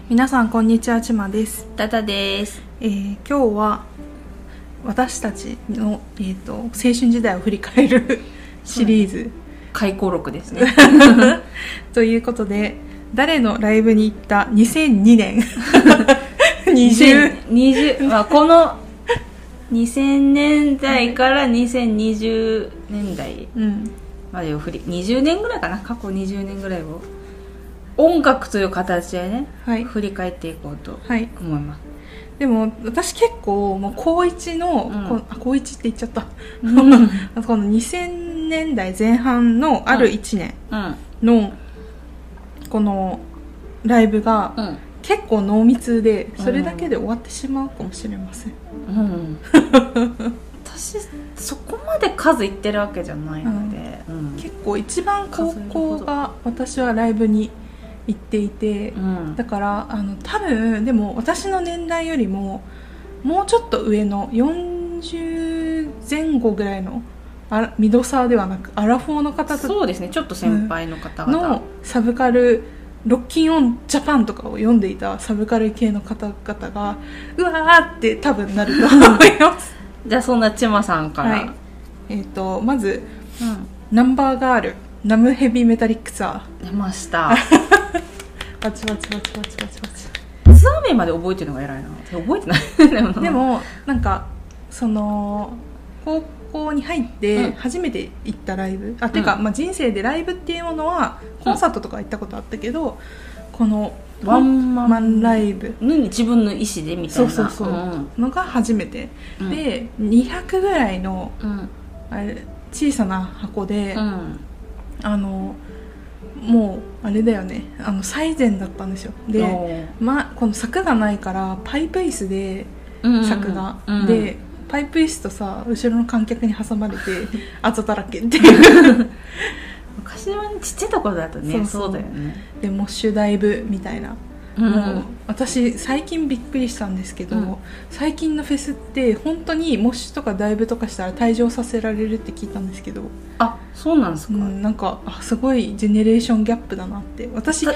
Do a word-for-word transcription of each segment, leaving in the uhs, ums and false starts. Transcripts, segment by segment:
皆さんこんにちは、ちまです。 ダダです。 えー、今日は私たちの、えーと、青春時代を振り返るシリーズ回顧録ですねということで、誰のライブに行ったにせんにねんにじゅう、 にじゅう、まあ、このにせんねんだいからにせんにじゅうねんだいまでを振り、にじゅうねんぐらいかな、過去にじゅうねんぐらいを音楽という形でね、はい、振り返っていこうと思います。はい、 でも私結構もう高一の、うん、こあ高一って言っちゃった、うん、このにせんねんだいぜん半のあるいちねんのこのライブが結構濃密で、それだけで終わってしまうかもしれません。うんうん、 私そこまで数いってるわけじゃないので、 うん、結構一番高校が私はライブに行っていて、うん、だからあの多分でも私の年代よりももうちょっと上のよんじゅうぜん後ぐらいのあミドサーではなくアラフォーの方とそうですね、ちょっと先輩の方々 のサブカルロッキンオンジャパンとかを読んでいたサブカル系の方々がうわーって多分なると思いますじゃあそんなちまさんから、はい、 えー、とまず、うん、ナンバーガールナムヘビメタリックサー出ましたバチバチバチバチバチバチツアー名まで覚えてるのが偉いな。覚えてないでもなんかその高校に入って初めて行ったライブ、うん、あていうか、まあ、人生でライブっていうものはコンサートとか行ったことあったけど、うん、このワンマンライブ自分の意思でみたいなそうそうそう、うん、のが初めて、うん、でにひゃくぐらいの、うん、あれ小さな箱で、うん、あのもうあれだよね、あの最前だったんですよ。で、ま、この柵がないからパイプ椅子で柵が、うんうん、でパイプ椅子とさ後ろの観客に挟まれてあざだらけっていう昔はちっちゃいところだとね、そうそうだよね。 でモッシュダイブみたいな、うん、もう私最近びっくりしたんですけど、うん、最近のフェスって本当にモッシュとかダイブとかしたら退場させられるって聞いたんですけど、 あ、そうなんですか。うん、 なんかあすごいジェネレーションギャップだなって私、うん、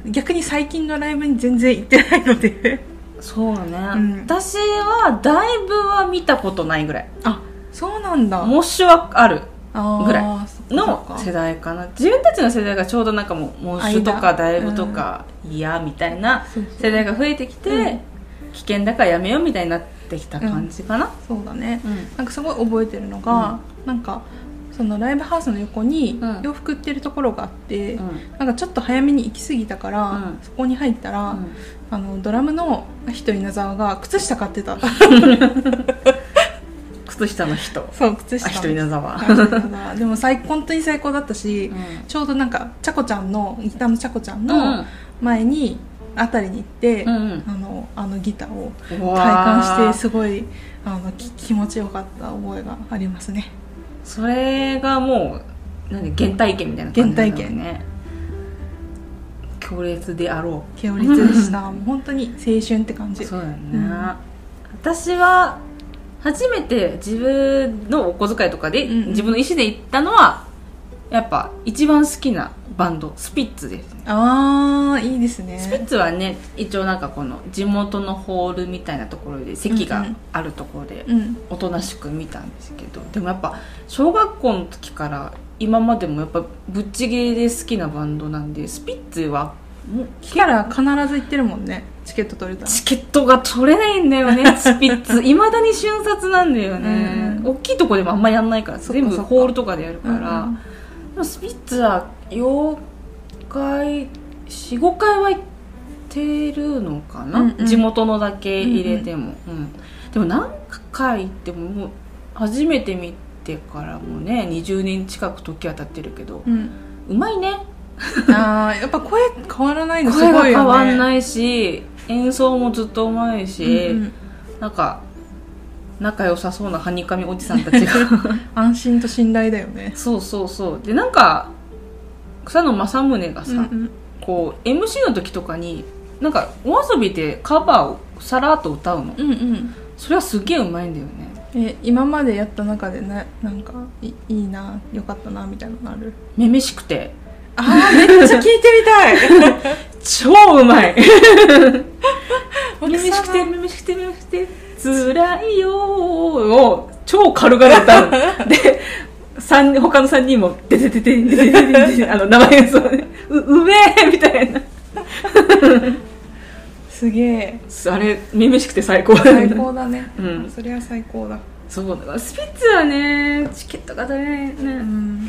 逆に最近のライブに全然行ってないのでそうね、うん、私はダイブは見たことないぐらい。 あ、そうなんだ。 モッシュはあるぐらいの世代かな。自分たちの世代がちょうどなんかもうモッシュとかダイブとか嫌、うん、みたいな世代が増えてきて、うん、危険だからやめようみたいになってきた感じかな、 うん、そうだね、うん、なんかすごい覚えてるのが、うん、なんかそのライブハウスの横に洋服売ってるところがあって、うん、なんかちょっと早めに行き過ぎたから、うん、そこに入ったら、うん、あのドラムの人稲沢が靴下買ってた靴下の人そう靴下人稲沢でも最本当に最高だったし、うん、ちょうどなんかちゃこちゃんのギターのちゃこちゃんの前にあたりに行って、うんうん、あのあのギターを体感してすごいあの気持ちよかった覚えがありますね。 それがもう何原体験みたいな感じだよね。原体験強烈であろう。強烈でしたもう本当に青春って感じ。 そうだよね、うん、私は初めて自分のお小遣いとかで、うんうん、自分の意思で行ったのはやっぱ一番好きなバンドスピッツです。 あーいいですね。 スピッツはね一応なんかこの地元のホールみたいなところで席があるところでおとなしく見たんですけど、うん、でもやっぱ小学校の時から今までもやっぱぶっちぎりで好きなバンドなんで、スピッツはもう来たら必ず行ってるもんね。チケット取れたらチケットが取れないんだよねスピッツいまだに瞬殺なんだよね、うん、大きいとこでもあんまやんないから全部ホールとかでやるから、うんうん、スピッツはよんかいよん、ごかいは行ってるのかな、うんうん、地元のだけ入れても、うんうん、でも何回行ってももう初めて見てからもねにじゅうねん近く時は経ってるけど、うん、うまいねあやっぱ声変わらないのすごいよね。 声が変わんないし演奏もずっとうまいし、うんうん、なんか仲良さそうなはにかみおじさんたちが安心と信頼だよね。 そうそうそう。でなんか草野正宗がさ、うんうん、こう エムシー の時とかになんかお遊びでカバーをさらっと歌うの、うんうん、それはすげえうまいんだよね。 え今までやった中でななんか い, いいなよかったなみたいなのある？ めめしくてあーめっちゃ聞いてみたい超うまい耳しくて耳しくて耳しくてつらいよを超軽々歌うで三他のさんにんも「でででででででで」あの生演奏で「う, うめえ!」みたいなすげえあれ耳しくて最高だね最高だね、 うん、 それは最高だ。 そうだからスピッツはねチケットが取れないね、うん、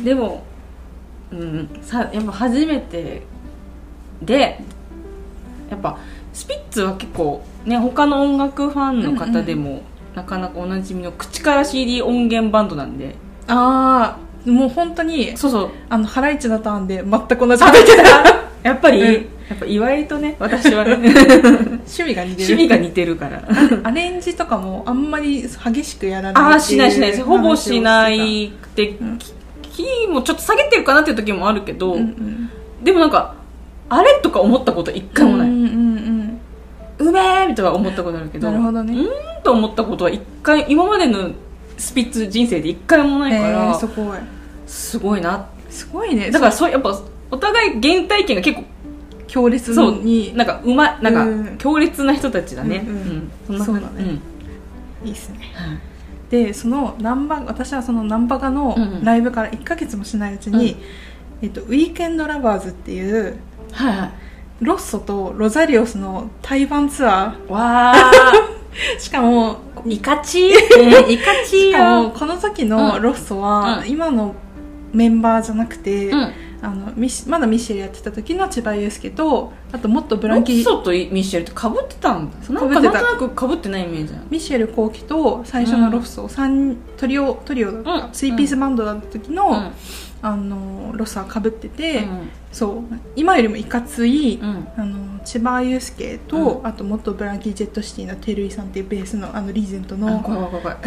でも、うん、さやっぱ初めてでやっぱスピッツは結構ね他の音楽ファンの方でも、うんうん、なかなかおなじみの口から シーディー 音源バンドなんで、 ああもう本当にそうそうあのハライチのターンで全く同じ食べてたやっぱり、うん、やっぱ岩井とね私はね趣味が似てる趣味が似てるからアレンジとかもあんまり激しくやらないああしないしないほぼしないで、うん、キーもちょっと下げてるかなっていう時もあるけど、うんうん、でもなんかあれとか思ったこと一回もない、うんうんうんうめーとは思ったことあるけどなるほどねうんと思ったことは一回今までのスピッツ人生で一回もないから、 えー、すごいすごいなすごいねだからそうやっぱお互い原体験が結構強烈にそうなんかうまなんか強烈な人たちだね、うんうんうん、そんなそうだね、うん、いいっすね、うん、でそのナンバ私はそのナンバガのライブからいっかげつもしないうちに、うんえっと、ウィーケンドラバーズっていう、 はいはい、 ロッソとロザリオスの対バンツアーわーしかもイカチーイカチーしかもこの時のロッソは、うん、今のメンバーじゃなくて、うん、あのミまだミッシェルやってた時の千葉祐介とあともっとブランキーロッソとミッシェルってかぶってたんだなんかなんとなくかぶってないイメージミッシェル後期と最初のロッソ、うん、さんトリオトリオだった、うん、スリーピースバンドだった時の、うんあのロスはかぶってて、うん、そう今よりもいかつい、うん、あの千葉祐介と、うん、あと元ブランキー・ジェットシティの照井さんっていうベースのあのリーゼントの怖い怖い怖い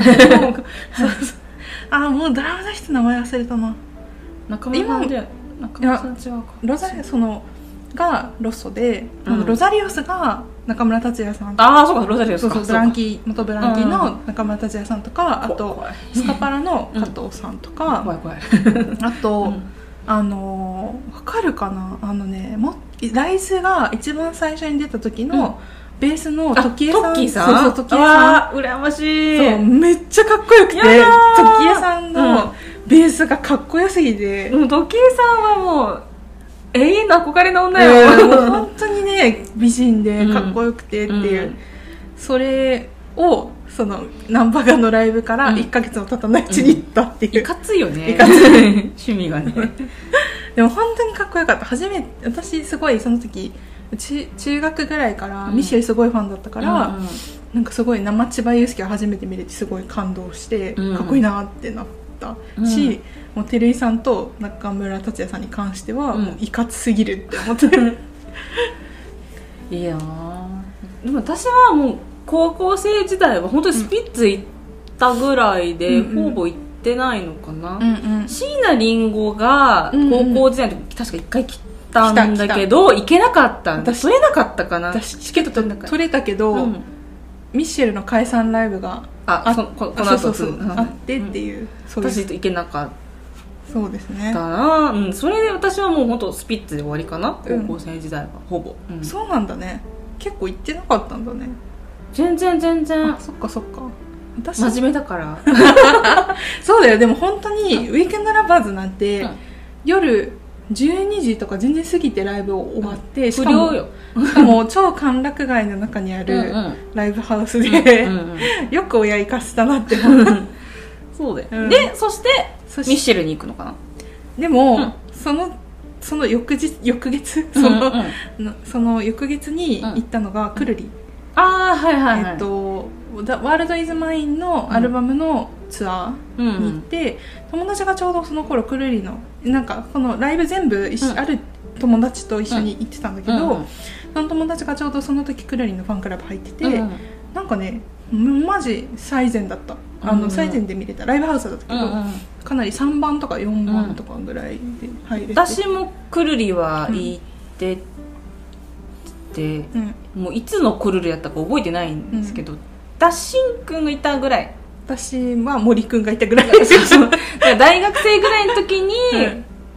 あもうドラムの人名前忘れたな中村さんで中村さん違うかロザそのがロッソで、うん、ロザリオスが中村達也さんああそうかロザリオスそうそうブランキー元ブランキーの中村達也さんとか、うん、あとスカパラの加藤さんとか、 うん、怖い怖いあと、うん、あの分かるかなあのねもライズが一番最初に出た時の、うん、ベースの時江さんトッキーさんそうそう時江さん羨ましいそうめっちゃかっこよくて時江さんのベースがかっこよすぎて、 うん、時江さんはもう永遠の憧れの女よ、 えー、もう本当にね美人でかっこよくてっていう、うん、それをそのナンバガのライブからいっかげつも経たないうちに行ったっていう、うん、 いかついよねいかつい趣味がねでも本当にかっこよかった初め私すごいその時中, 中学ぐらいからミシェルすごいファンだったから、うん、なんかすごい生千葉祐介を初めて見れてすごい感動して、うん、かっこいいなってなったし、うんもう照井さんと中村達也さんに関してはもういかつすぎるって思ってる、 うん、いやでも私はもう高校生時代は本当にスピッツ行ったぐらいで、うん、ほぼ行ってないのかな、うんうん、椎名林檎が高校時代の時、うんうん、確かいっかい来たんだけど行けなかったんだ取れなかったかな私チケット取れなかった取れたけど、うん、ミッシェルの解散ライブがああそここの後そうそうそう、うん、あってっていう、うん、 そう私行けなかったそうですねだな、うん、それで私はもう本当スピッツで終わりかな高校生時代は、うん、ほぼ、 うん、そうなんだね結構行ってなかったんだね全然全然あそっかそっか私真面目だからそうだよでも本当にウィークエンドラバーズなんて、うん、夜じゅうにじとか全然過ぎてライブ終わって、うん、しかもよしかも超歓楽街の中にあるライブハウスで、うんうんうん、よく親行かせたなって思うそうだよ、うん、でそしてミッシェルに行くのかなでも、うん、そのその翌日翌月その、うんうん、その翌月に行ったのがくるり、うん、 ああはいはい、はい、 えっとワールドイズマインのアルバムのツアーに行って、うん、友達がちょうどその頃くるりのなんかこのライブ全部一緒、うん、ある友達と一緒に行ってたんだけど、うん、その友達がちょうどその時くるりのファンクラブ入ってて、うん、なんかねマジ最前だったあの、うん、最前で見れたライブハウスだったけど、うんうん、かなりさんばんとかよんばんとかぐらいで入れて、 私もくるりは行ってて、うん、もういつのくるりやったか覚えてないんですけど、うん、ダッシンくんがいたぐらい私は森くんがいたぐらいそうそう大学生ぐらいの時に、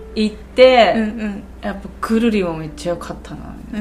行って、 うんうん、 やっぱくるりもめっちゃ良かったな、 うん、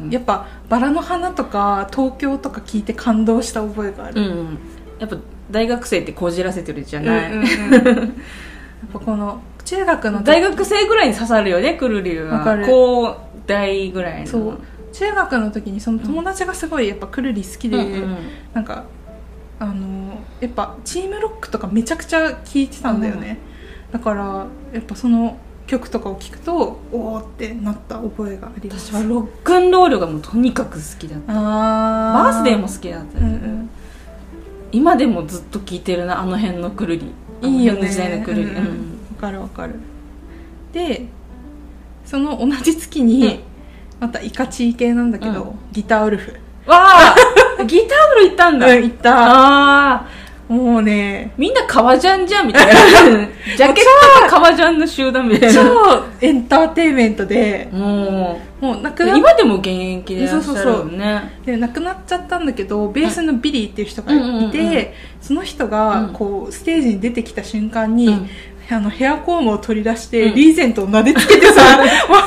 やっぱバラの花とか東京とか聞いて感動した覚えがある、 うん、やっぱ大学生ってこじらせてるじゃない、うんうんうん、やっぱこの中学の大学生ぐらいに刺さるよね、くるりは。高大ぐらいの。 そう、中学の時にその友達がすごいやっぱくるり好きで、うんうん、なんかあのやっぱチームロックとかめちゃくちゃ聴いてたんだよね、うん、だからやっぱその曲とかを聴くとおーってなった覚えがあります。 私はロックンロールがもうとにかく好きだった。あバースデーも好きだった、うんうん、今でもずっと聴いてるな、あの辺のくるり。 いいよね、 あの時代のくるり。わ、うんうん、 かるわかる。でその同じ月に、うん、またイカチー系なんだけど、うん、ギターウルフ。 わあギターウルフ行ったんだ。 うん、行った。ああもうね、 みんな革ジャンじゃんみたいなジャケットが革ジャンの集団みたいな、 超エンターテインメントで、 もうもうなくな今でも現役でいらっしゃるよね。そうそうそうで亡くなっちゃったんだけど、ベースのビリーっていう人がいて、うんうんうんうん、その人がこうステージに出てきた瞬間に、うん、あのヘアコームを取り出して、うん、リーゼントを撫でつけてさありがと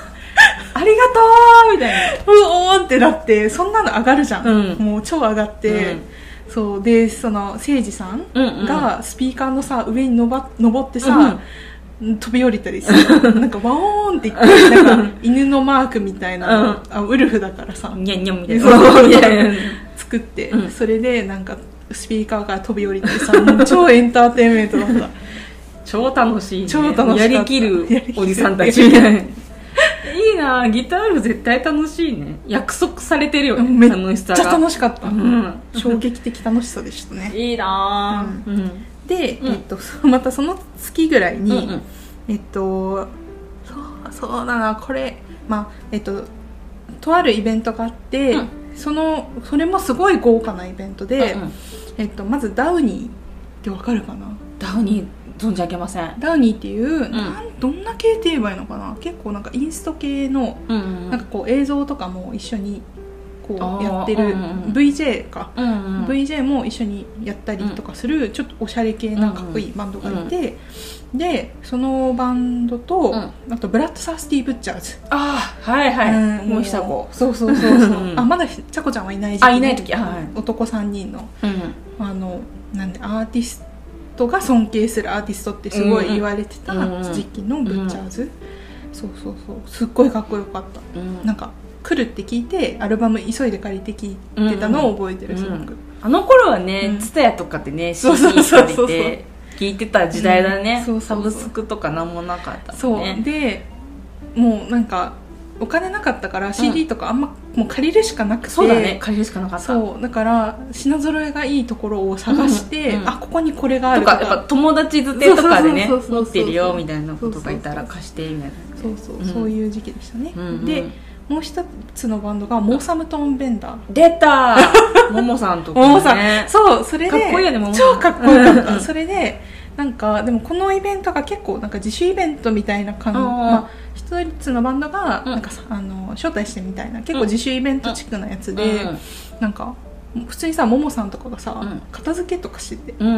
うみたいな、うおーってなって、そんなの上がるじゃん、うん、もう超上がって、うん、そうでその誠司さんがスピーカーのさ上にのば登ってさ、うん、飛び降りたりするなんかワオーンって言ってなんか犬のマークみたいな、うん、あウルフだからさニャンニャンみたいな作って、うん、それでなんかスピーカーから飛び降りてさもう超エンターテインメントだった超楽しい、ね、 超楽しかった。 やりきるおじさんたちみたいないいな、ギターウルフ絶対楽しいね。約束されてるよね、 めっちゃ楽しかった、うん、衝撃的楽しさでしたねいいな、うんうん、 で、うんえっと、またその月ぐらいに、うんうん、えっとそうそうだなこれ、まあえっと、とあるイベントがあって、うん、そのそれもすごい豪華なイベントで、うんうんえっと、まずダウニーってわかるかな。 ダウニー存じ上げません。 ダウニーっていう、うん、なんどんな系って言えばいいのかな、結構なんかインスト系の、うんうん、なんかこう映像とかも一緒にこうやってる、うんうん、ブイジェー か、うんうん、ブイジェー も一緒にやったりとかする、うん、ちょっとおしゃれ系なかっこいいバンドがいて、うんうん、でそのバンドと、うん、あとブラッドサースティーブッチャーズ、 ああはいはい、うん、もう久子、 そうそうそうそうあまだちゃこちゃんはいない時期、 あいない時、はい、 男さんにんの、うん、あのなんでアーティストが尊敬するアーティストってすごい言われてた時期のブッチャーズ、うんうん、そうそうそうすっごいかっこよかった、うん、なんか来るって聞いてアルバム急いで借りて聞いてたのを覚えてる、うんうん、すごくあの頃はね、ツタヤとかってね シーディー 借りて聞いてた時代だね、うん、そうそうそうサブスクとかなんもなかったもんね。 そうでもうなんかお金なかったから シーディー とかあんま、うん、もう借りるしかなくて、 そうだね借りるしかなかった。 そうだから品揃えがいいところを探して、うんうん、あここにこれがあるとか、 とかやっぱ友達づてとかでね持ってるよみたいなことがいたら貸してみたいな、 そうそう、うん、そういう時期でしたね、うんうん、でもう一つのバンドがモーサムトーンベンダー、 出たももさんとかね、ももさんそうそれでかっこいいよね、もも超かっこよかったそれでなんかでもこのイベントが結構なんか自主イベントみたいな感じ、まあ、一つのバンドがなんか、うん、あの招待してみたいな結構自主イベントチックなやつで、うん、なんか普通にさももさんとかがさ、うん、片付けとかしてて、うん、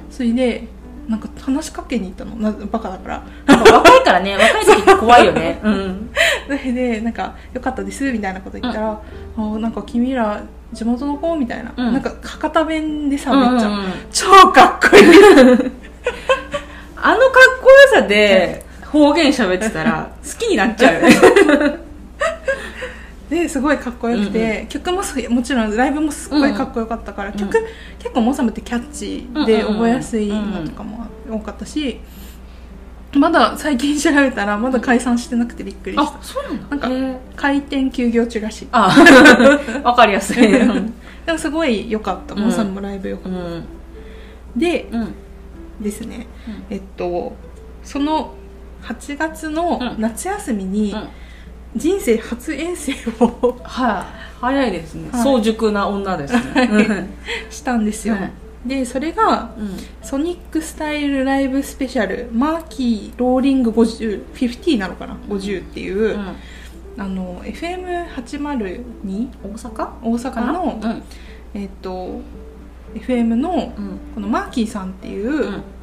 それでなんか話しかけに行ったのなバカだからなんか若いからね若い時って怖いよね、うん、 それでなんか良かったですみたいなこと言ったら、うん、あなんか君ら地元の子みたいな、うん、なんか博多弁でさめっちゃ、うんうんうん、超かっこいいあのかっこよさで方言喋ってたら好きになっちゃうよねですごいかっこよくて、うんうん、曲ももちろんライブもすっごいかっこよかったから、うん、曲結構モサムってキャッチーで覚えやすいのとかも多かったし、まだ最近調べたらまだ解散してなくてびっくりした。 あ、そうなんだ。 なんか開店休業中らしい。 あわかりやすいでもすごい良かった、モサムもライブ良かった、うん、で、うん、ですね、うん、えっとそのはちがつの夏休みに、うん人生初遠征をはい、早いですね、はい、早熟な女ですねしたんですよ、はい、でそれが、うん、ソニックスタイルライブスペシャルマーキーローリングごじゅう、ごじゅうなのかなごじゅうっていう、うん、あの エフエムはちまるに 大阪大阪の、うん、えっと エフエム の、うん、このマーキーさんっていう、うん、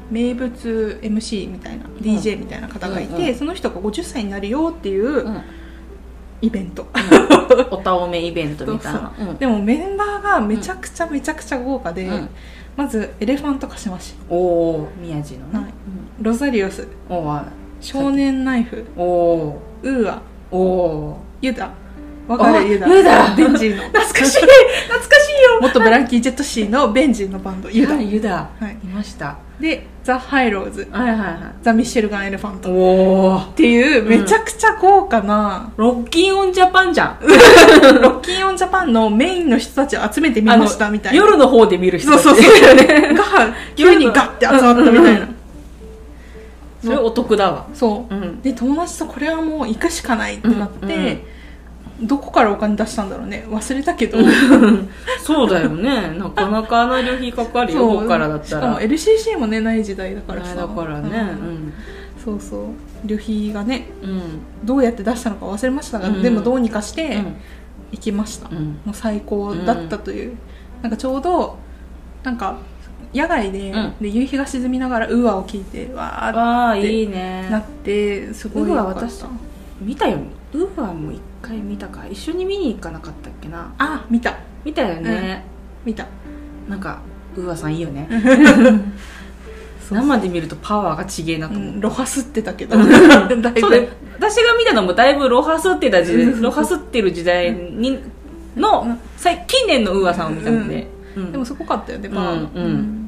名物 エムシー みたいな、うん、ディージェー みたいな方がいて、うんうん、その人がごじゅっさいになるよっていうイベント、 うん、おたおめイベントみたいな。 そうそう、でもメンバーがめちゃくちゃめちゃくちゃ豪華で、うん、まずエレファントカシマシ、 おお、宮地のね、はい、 うん、ロザリオス、お少年ナイフ、おウーア、おユダ、わかる？ユダ、 ユダベンジーの懐かしい懐かしいよ。 元ブランキー・ジェットシーのベンジーのバンドユダ、 はい、ユダ、はい、いました。 でザ・ハイローズ、 はいはいはい、 ザ・ミッシェルガン・エレファント、おっていうめちゃくちゃ豪華な、 うん、ロッキンオンジャパンじゃん。 ロッキンオンジャパンのメインの人たちを集めてみましたみたいな、 夜の方で見る人たち、 そうそうそうが急にガッて集まったみたいな。 それお得だわ。 そう、うん、で友達とこれはもう行くしかないってなって、うんうん、どこからお金出したんだろうね、忘れたけどそうだよね、なかなかな旅費かかるよ、ここからだったら。 しかも エルシーシー もねない時代だからさ、 だからね、うん、 そうそう、旅費がね、うん、どうやって出したのか忘れましたが、うん、でもどうにかして行きました、うん、もう最高だったという、うん、なんかちょうどなんか野外 で,、うん、で夕日が沈みながらウーアを聴いてわーってなってすごい良かった。 私見たよ、ウーアも一回見たか、一緒に見に行かなかったっけな。 あ、見た見たよね、 うん、見た。 なんかウーアさんいいよね生で見るとパワーがちげえなと思う、うん、 ロハスってたけどだいぶそうだよ、私が見たのもだいぶロハスってた時代ロハスってる時代にの、うん、近年のウーアさんを見たので、 うんうん、でもすごかったよね、パワー、うんうん、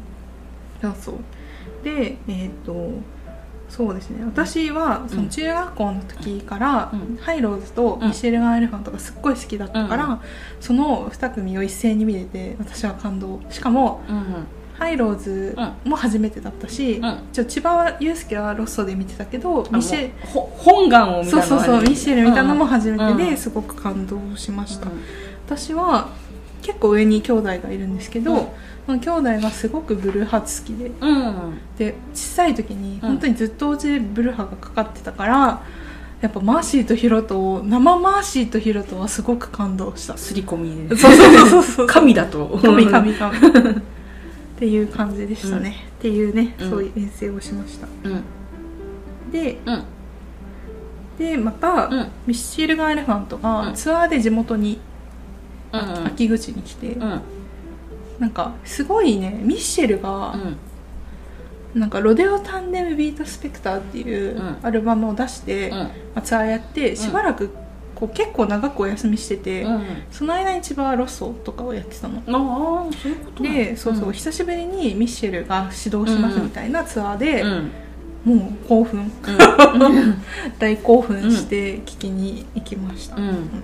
そうそうで、えー、っとそうですね、私はその中学校の時から、うん、ハイローズとミシェルガン・エレファントがすっごい好きだったから、うん、そのに組を一斉に見れて私は感動。しかも、うんうん、ハイローズも初めてだったし、うん、ちょ千葉祐介はロッソで見てたけど、ミシェ本願を見たのは、 そうそうそう、ミシェル見たのも初めてで、すごく感動しました、うん、私は結構上に兄弟がいるんですけど、うん、その兄弟がすごくブルーハーツ好きで、うん、で小さい時に本当にずっとお家でブルーハーがかかってたから、やっぱマーシーとヒロト、生マーシーとヒロトはすごく感動した。 刷り込みで、 そうそうそうそう神だと神神神っていう感じでしたね、うん、っていうね、うん、そういう遠征をしました、うん、で、うん、でまた、うん、ミッシェルガン・エレファントがツアーで地元に、うん、秋口に来て、うん、なんかすごいね、ミッシェルが、うん、なんかロデオタンデムビートスペクターっていうアルバムを出して、うん、まあ、ツアーやってしばらくこう結構長くお休みしてて、うん、その間に千葉ロッソとかをやってたの。 ああ、そういうことなんだ。 で、そうそう、うん、久しぶりにミッシェルが指導しますみたいなツアーで、うんうん、もう興奮、うん、大興奮して聞きに行きました、うん、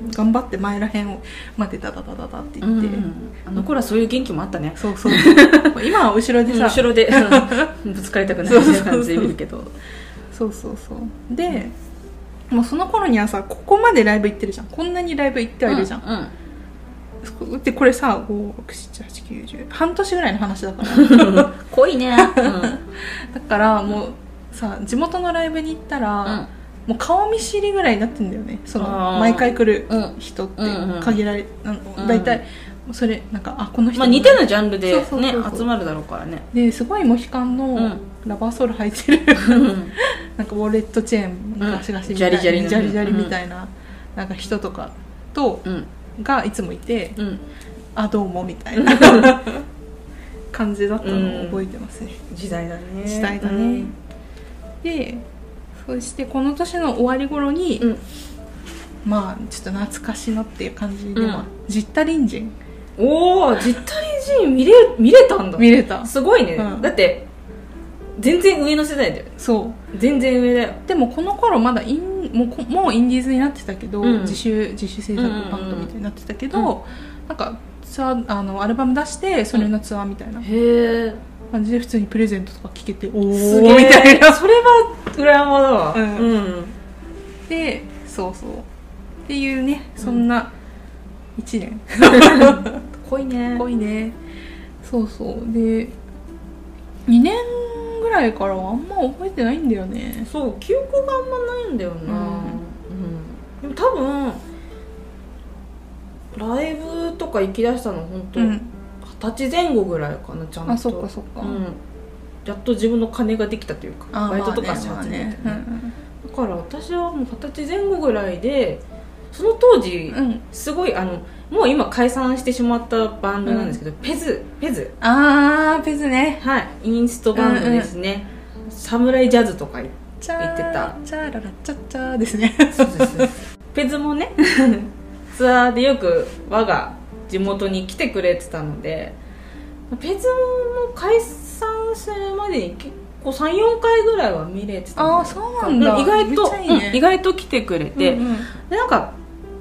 頑張って前らへんをまでダダダダダって言って、うん、 あの頃はそういう元気もあったね。 そうそう今は後ろでさ、 後ろで、うん、ぶつかりたくないみたいな感じで見るけどそうそうそうで、もうその頃にはさ、ここまでライブ行ってるじゃん、こんなにライブ行ってはいるじゃん、うんうん、でこれさご、ろく、しち、はち、きゅう、じゅう半年ぐらいの話だから濃いね、うん、 だからもうさ、地元のライブに行ったら、うん、もう顔見知りぐらいになってんだよね、その毎回来る人って限られ、うんうん、だいたいそれなんか、あ、この人、 まあ、似たようなジャンルでね集まるだろうからね。 ですごいモヒカンのラバーソール履いてる、うん、なんかウォレットチェーンガシガシみたいな、うん、ジャリジャリジャリジャリみたいな、うん、なんか人とかと、うん、がいつもいて、うん、あ、どうもみたいな感じだったのを覚えてますね、 うん、時代だね、 時代だね、うん、でそしてこの年の終わり頃に、うん、まあちょっと懐かしのっていう感じで、うん、ジッタリンジン、 おお、ジッタリンジン見れ、見れたんだ。 見れた、 すごいね、うん、だって全然上の世代だよ。 そう全然上だよ。 でもこの頃まだインもう、もうインディーズになってたけど、うん、自主自主制作バンドみたいになってたけど、うんうんうん、なんかツアー、あのアルバム出してそれのツアーみたいな、うん、へえ感じで普通にプレゼントとか聞けて、おおみたいな、それは羨まだわ、うんうん、 で、そうそうっていうね、そんないちねん濃いね濃いね。そうそうでにねんぐらいからはあんま覚えてないんだよね。 そう、記憶があんまないんだよな、うんうん、でも多分ライブとか行きだしたの本当、うん、はたちぜん後ぐらいかな、ちゃんと。 あ、そっかそっか、うん、 やっと自分の金ができたというか、バイトとかし始めて、ね、 まあね、うんうん、 だから私はもう二十歳前後ぐらいで、その当時、うん、すごいあのもう今解散してしまったバンドなんですけど、うん、ペズペズあーペズね、 はい、インストバンドですね、うんうん、サムライジャズとか言ってたチャーララチャッチャーですね。 そうですペズもねツアーでよく我が地元に来てくれてたので、ペズも解散するまでに結構 さん,よん 回ぐらいは見れてたの。 ああそうなんだ。 意外といい、ね、 うん、意外と来てくれて、うんうん、でなんか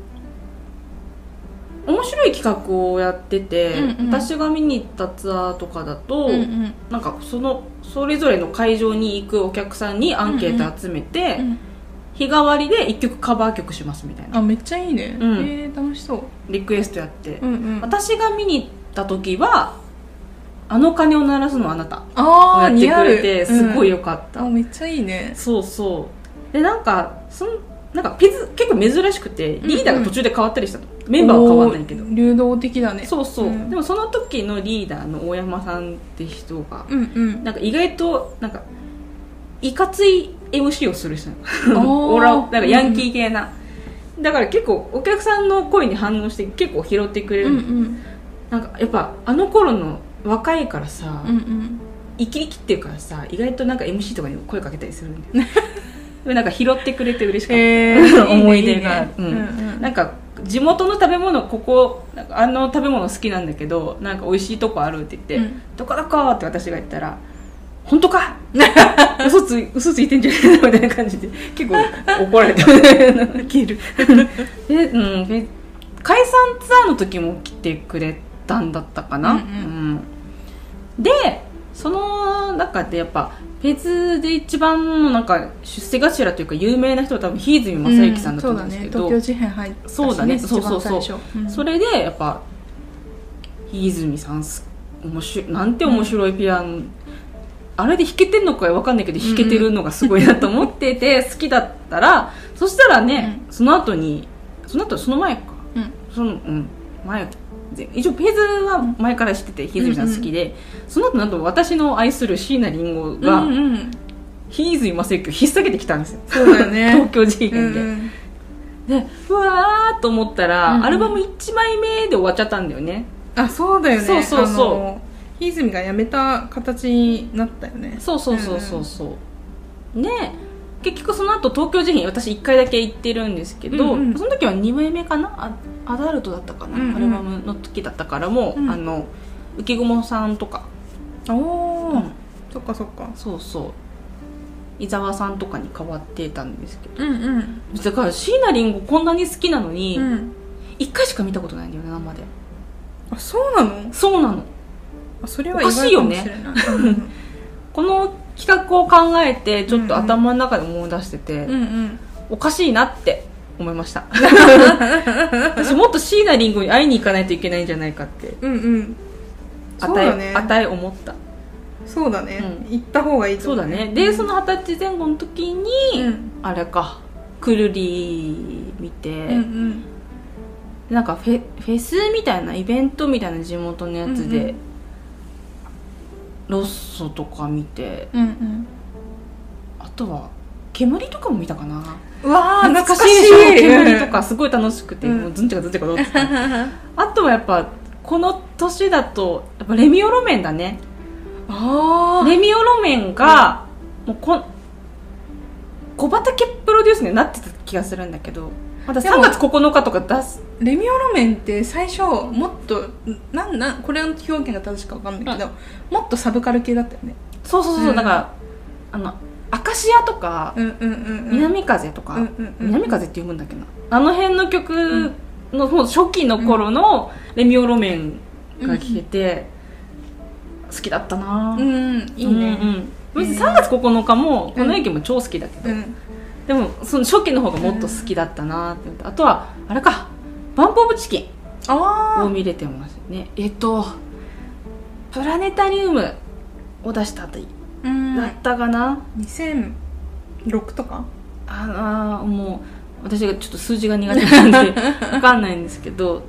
面白い企画をやってて、うんうん、私が見に行ったツアーとかだと、うんうん、なんかそのそれぞれの会場に行くお客さんにアンケート集めて、うんうん、日替わりでいっきょくカバー曲しますみたいな。 あめっちゃいいね、うん、えー、楽しそう。 リクエストやって、 うんうん、 私が見に行った時はあの鐘を鳴らすのあなたをやってくれてすごいよかった、 うん、あめっちゃいいね。 そうそうでなんかそのなんかペズ結構珍しくてリーダーが途中で変わったりしたの、うんうん、メンバーは変わんないけど流動的だね。 そうそう、 うん、 でもその時のリーダーの大山さんって人が、 うんうん、 なんか意外となんかいかつい エムシー をする人なのオラなんかヤンキー系な、うん、だから結構お客さんの声に反応して結構拾ってくれる、うんうん、なんかやっぱあの頃の若いからさ、 うんうん、 生きりきってるからさ意外となんか エムシー とかに声かけたりするんだよなんか拾ってくれて嬉しかった、えー、思い出がある、うんうんうん、なんか地元の食べ物ここなんかあの食べ物好きなんだけどなんか美味しいとこあるって言って、うん、どこどこって私が言ったら本当か嘘つ嘘ついてんじゃないのみたいな感じで結構怒られたウケるで、うん、で解散ツアーの時も来てくれたんだったかな、うんうんうん、でその中でやっぱペズで一番のなんか出世頭というか有名な人は多分日泉正幸さんだと思うんですけど、 うん、そうだね、東京事変入ったし、ね、 そうだね、そうそうそう、 うん、 それでやっぱ日泉さん面白いなんて面白いピアノ、うん、あれで弾けてんのか分かんないけど弾けてるのがすごいなと思ってて好きだったらそしたらね、うん、その後にその後その前か、うん、そのうん前一応ペーズは前から知ってて日泉さん好きで、うんうん、その後なんと私の愛する椎名林檎が、うんうん、日泉正幸を引っ提げてきたんですよ。 そうだよね東京事変で、うんうん、でうわーと思ったら、うんうん、アルバムいちまいめで終わっちゃったんだよね。 あそうだよね。 そうそうそう日泉が辞めた形になったよね。 そうそうそうそうそう、うんうん、で結局その後東京事変私いっかいだけ行ってるんですけど、うんうん、その時はにまいめかな ア, アダルトだったかな、うんうん、アルバムの時だったからもう、うん、あの浮雲さんとかおお、うん、そっかそっかそうそう伊沢さんとかに変わってたんですけど、 うんうん、 だから椎名林檎こんなに好きなのに、うん、いっかいしか見たことないんだよね生で。 あそうなの。 そうなの。 あそれは意外かもしれない。おかしいよねこの企画を考えてちょっと頭の中で思い出してて、 うんうん、 おかしいなって思いました私もっと椎名林檎に会いに行かないといけないんじゃないかって、 うんうん、 そうだね、あたえ思った。 そうだね、うん、行った方がいいと思う、ね、 そうだね。で、うん、その二十歳前後の時に、うん、あれかくるり見て、うんうん、なんかフ ェ, フェスみたいなイベントみたいな地元のやつで、うんうん、ロッソとか見て、 うんうん、 あとは煙とかも見たかな。 うわー懐かしいでしょ。煙とかすごい楽しくて、うん、もうずんちゃかずんちゃかどうってたあとはやっぱこの年だとやっぱレミオロメンだね。 あレミオロメンが、うん、もうこ小畑プロデュースになってた気がするんだけど、まださんがつここのかとか出す。 レミオロメンって最初もっとなんなんこれの表現が正しいか分かんないけど、うん、もっとサブカル系だったよね。 そうそうそう、うん、だからあのアカシアとか、 うんうんうんうん、 南風とか、 うんうんうん、 南風って読むんだっけな、あの辺の曲の、もう初期の頃のレミオロメンが聴けて、好きだったな。 うんうん、いいね、 うんうん、さんがつここのかもこの駅も超好きだけど、うん、でもその初期の方がもっと好きだったなって思って、うん、あとはあれかバンプオブチキンを見れてますね。えっとプラネタリウムを出したあたりだったかな、 にせんろくとか。 ああもう私がちょっと数字が苦手なんで分かんないんですけど、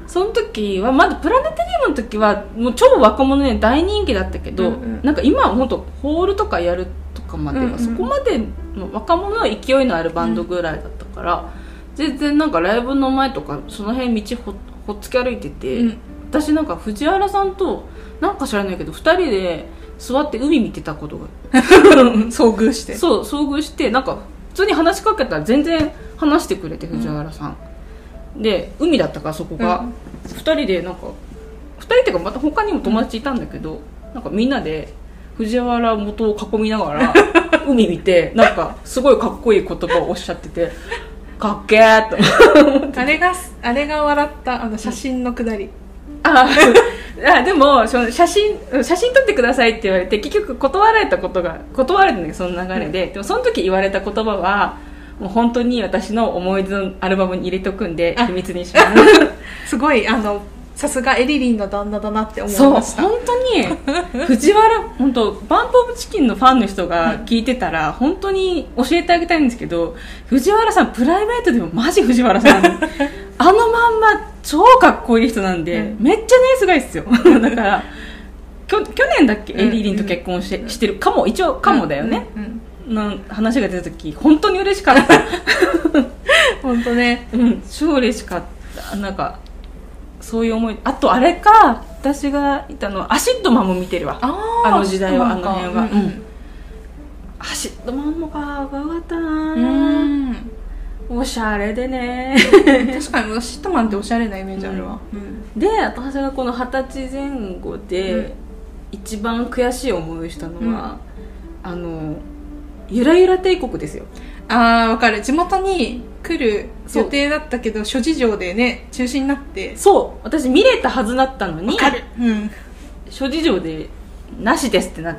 その時はまだプラネタリウムの時はもう超若者で大人気だったけど、うんうん、なんか今は本当ホールとかやるとかまでは、うんうん、そこまでの若者の勢いのあるバンドぐらいだったから、うん、全然なんかライブの前とかその辺道 ほ, ほっつき歩いてて、うん、私なんか藤原さんとなんか知らないけどふたりで座って海見てたことが遭遇してそう遭遇してなんか普通に話しかけたら全然話してくれて藤原さん、うん、で海だったからそこが、うん、ふたりでなんかふたりっていうかまた他にも友達いたんだけど、うん、なんかみんなで藤原元を囲みながら海見てなんかすごいかっこいい言葉をおっしゃっててかっけーとあれがあれが笑ったあの写真のくだり、うん、 ああでもその写真写真撮ってくださいって言われて結局断られたことが断られたんだけどその流れで、うん、でもその時言われた言葉はもう本当に私の思い出のアルバムに入れとくんで秘密にしますすごいあのさすがエリリンの旦那だなって思いました。 そう本当に藤原本当バンプオブチキンのファンの人が聞いてたら、うん、本当に教えてあげたいんですけど藤原さんプライベートでもマジ藤原さんあのまんま超かっこいい人なんで、うん、めっちゃねすごいっすよだからきょ去年だっけ、うん、エリリンと結婚し て,、うん、してるかも一応かもだよね、うんうん、の話が出た時本当に嬉しかった本当ね、 うん、超嬉しかったなんかそういう思いあとあれか私がいたのはアシッドマンも見てるわ あ, あの時代はあの辺は、うんうん、アシッドマンもかっこよかったなうんおしゃれでね確かにアシッドマンっておしゃれなイメージあるわ、 うんうん、で私がこの二十歳前後で一番悔しい思いをしたのは、うん、あのゆらゆら帝国ですよ。 あーわかる地元に来る予定だったけど諸事情でね中止になってそう私見れたはずだったのにわかる、うん、 諸事情でなしですってなって、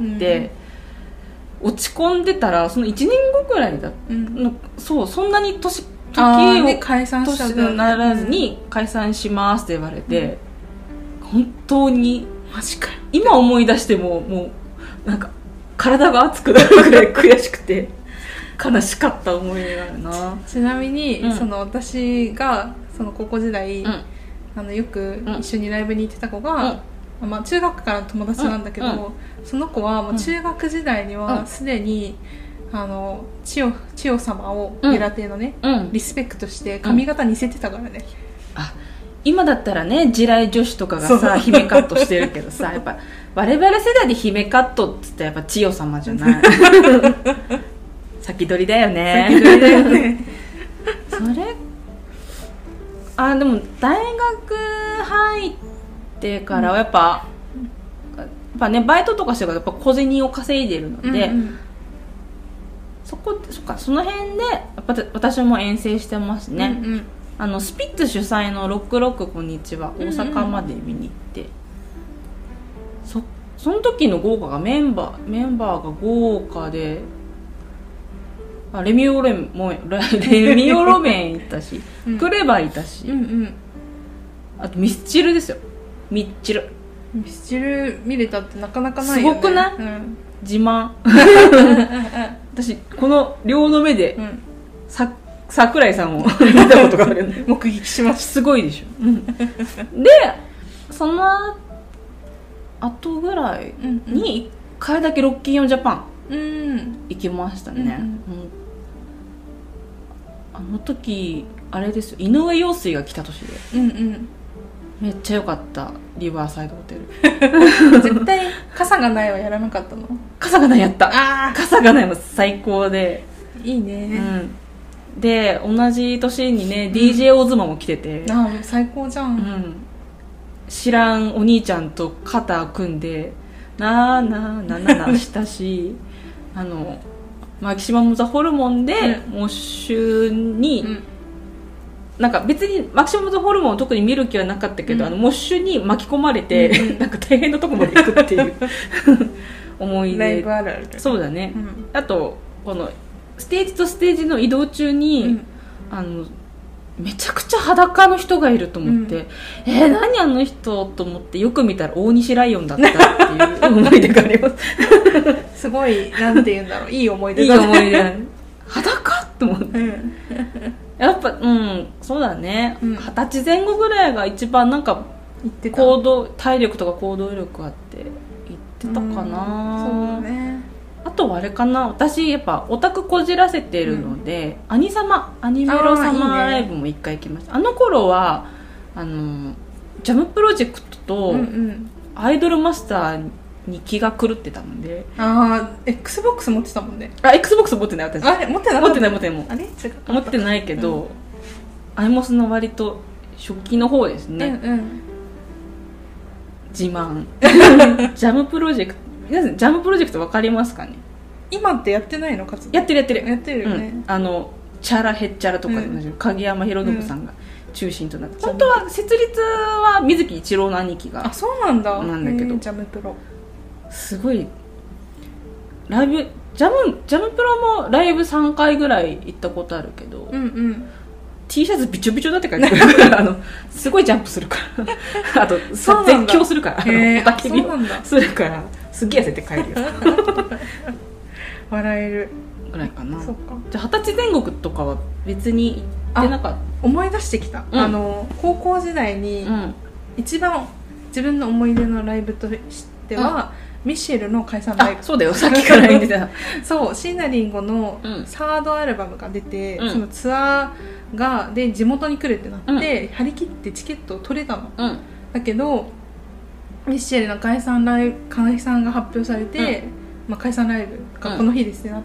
うん、落ち込んでたらそのいちねんごくらいだ、うん、そうそんなに年時を、 ね、解散した年にならずに解散しますって言われて、うん、本当にマジかよ今思い出してももうなんか体が熱くなるくらい悔しくて悲しかった思い出があるな。 ちなみに、うん、その私がその高校時代、うん、あのよく一緒にライブに行ってた子が、うんまあ、中学からの友達なんだけど、うん、その子はもう中学時代にはすでに、うん、あの千代、千代様をゲラテのね、うん、リスペクトして髪型似せてたからね、うん、 あ今だったらね地雷女子とかがさ姫カットしてるけどさやっぱ我々世代で姫カットっつったらやっぱ千代様じゃない先取りだよね先取りだよねそれあでも大学入ってからはやっぱ、うん、やっぱねバイトとかしてからやっぱ小銭を稼いでるので、うんうん、そこそっかその辺でやっぱ私も遠征してますね、うんうん、あのスピッツ主催のロックロックこんにちは大阪まで見に行って、うんうん、そ, その時の豪華がメンバーメンバーが豪華であレミオロメンもレミオロメンいたし、うん、クレバいたし、うんうん、あとミスチルですよミッチルミスチル見れたってなかなかないよねすごくない、うん、自慢私この両の目で、うん、さ桜井さんを見たことがあるんで目撃しましたすごいでしょ、うん、でその後ぐらいにいっかいだけロッキンオンジャパン行きましたね、うんうんうん、あの時あれですよ井上陽水が来た年で、うんうん、めっちゃ良かったリバーサイドホテル絶対傘がないはやらなかったの傘がないやったあ傘がないも最高でいいね、 うん、で同じ年にね、うん、ディージェー オズマも来ててあ最高じゃん、うん、 知らんお兄ちゃんと肩組んでなーなーなーなーしたしあのマキシマムザホルモンでモッシュに、うん、なんか別にマキシマムザホルモンを特に見る気はなかったけど、うん、あのモッシュに巻き込まれて、うん、なんか大変なとこまで行くっていう思い出ライブあるあるそうだね、うん、あとこのステージとステージの移動中に、うん、あのめちゃくちゃ裸の人がいると思って、うん、えー、何あの人と思ってよく見たら大西ライオンだったっていう思い出がありますすごいなんて言うんだろういい思い出だ、 ね、いい思い出だね裸と思って、うん、 やっぱうんそうだね、 うん、 はたちぜん後ぐらいが一番なんか行動体力とか行動力あって言ってたかな、うん、 そうだね。 あとはあれかな、私やっぱオタクこじらせてるので、うん、アニサマアニメロサマーライブも一回行きました。 あ, いい、ね、あの頃はあのジャムプロジェクトとアイドルマスターに気が狂ってたので、 ああ Xbox 持ってたもんね。 あ Xbox 持ってない私。 あれ持ってない持ってない持ってないもん。 あれ違う持ってないけど、うん、アイモスの割と初期の方ですね、 うんうん、 自慢ジャムプロジェクト、皆さんジャムプロジェクト分かりますかね。 今ってやってないの活動。 やってるやってるやってるよね、 うん、あのチャラヘッチャラとかで同じ、うん、影山博信さんが中心となって、うん、本当は設立は水木一郎の兄貴があそうなんだなんだけど、 ジャムプロすごいライブジャムジャムプロもライブさんかいぐらい行ったことあるけど、 うんうん、 T シャツびちょびちょだって書いてくるからあのすごいジャンプするからあとさ絶叫するから、 えー、 おたけびをするからすっげえ焦って帰るよ笑えるぐらいかな。 そっか。 じゃあ二十歳前後とかは別に行ってなかった。 思い出してきた、うん、あの高校時代に一番自分の思い出のライブとしては、うん、ミッシェルの解散ライブ。 そうだよさっきから言ってたそう椎名林檎のサードアルバムが出て、うん、そのツアーがで地元に来るってなって、うん、張り切ってチケットを取れたの、うん、だけどミッシェルの解散ライブ解散が発表されて、うんまあ、解散ライブがこの日ですってなって、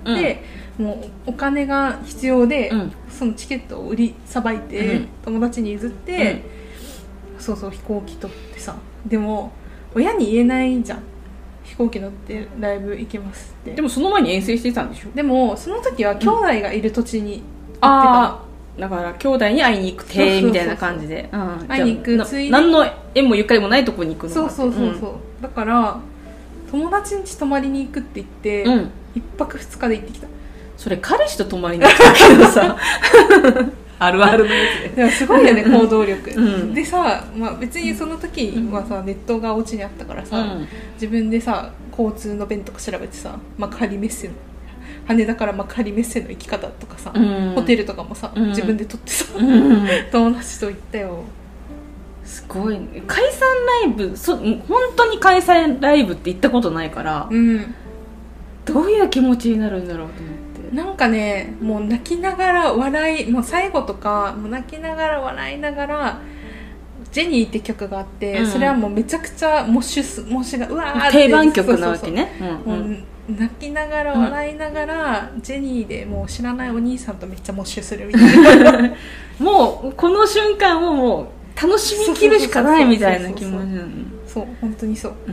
うん、もうお金が必要で、うん、そのチケットを売りさばいて、うん、友達に譲って、うん、そうそう飛行機取ってさ、でも親に言えないじゃん、飛行機乗ってライブ行けますって。 でもその前に遠征してたんでしょ。 でもその時は兄弟がいる土地に行ってた、 うん、あだから兄弟に会いに行くてみたいな感じで、 会いに行くついで何の縁もゆかりもないとこに行くのそうそうそうそう、うん、だから友達ん家泊まりに行くって言って、うん、いっぱくふつかで行ってきた。 それ彼氏と泊まりに行ったけどさあるあるのやつで。すごいよね行動力、うん、でさ、まあ、別にその時はさ、うん、ネットがお家にあったからさ、うん、自分でさ交通の便とか調べてさ幕張メッセの羽田から幕張メッセの行き方とかさ、うん、ホテルとかもさ、うん、自分で取ってさ、うん、友達と行ったよ。 すごい、ね、解散ライブそ本当に解散ライブって行ったことないから、うん、どういう気持ちになるんだろうと思って。 なんかねもう泣きながら笑いもう最後とかもう泣きながら笑いながらジェニーって曲があって、うん、それはもうめちゃくちゃモッシュスモッシュがうわーって定番曲なわけね。 泣きながら笑いながら、うん、ジェニーでもう知らないお兄さんとめっちゃモッシュするみたいなもうこの瞬間をもう楽しみきるしかないみたいな気持ちなの。 そう本当にそう、うん、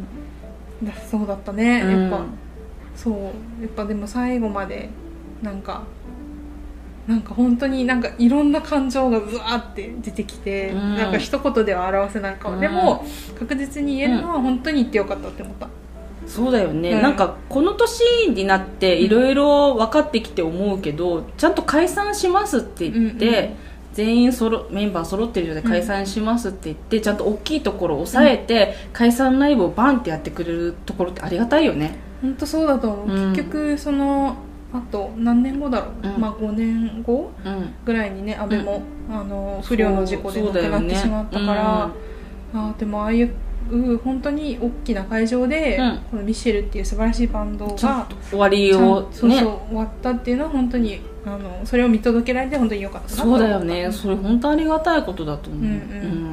だそうだったね、うん、やっぱそうやっぱでも最後までなんかなんか本当になんかいろんな感情がうわーって出てきて、うん、なんか一言では表せないかも、うん、でも確実に言えるのは本当に言ってよかったって思った、 うん、そうだよね、うん、なんかこの年になっていろいろ分かってきて思うけど、うん、ちゃんと解散しますって言って、うんうん、全員そろメンバー揃ってる状態で解散しますって言って、うん、ちゃんと大きいところを抑えて、うん、解散ライブをバンってやってくれるところってありがたいよね。 本当そうだと思う、うん、結局そのあと何年後だろう、うん、まあごねんご、うん、ぐらいにね安倍も、うん、あの不慮の事故で亡くなってしまったから、ねうん、あでもああいう本当に大きな会場で、うん、このミシェルっていう素晴らしいバンドが終わりを、ね、 そうそう終わったっていうのは本当にあのそれを見届けられて本当に良かったなと思った。 そうだよね、それ本当ありがたいことだと思う、うんうんうん、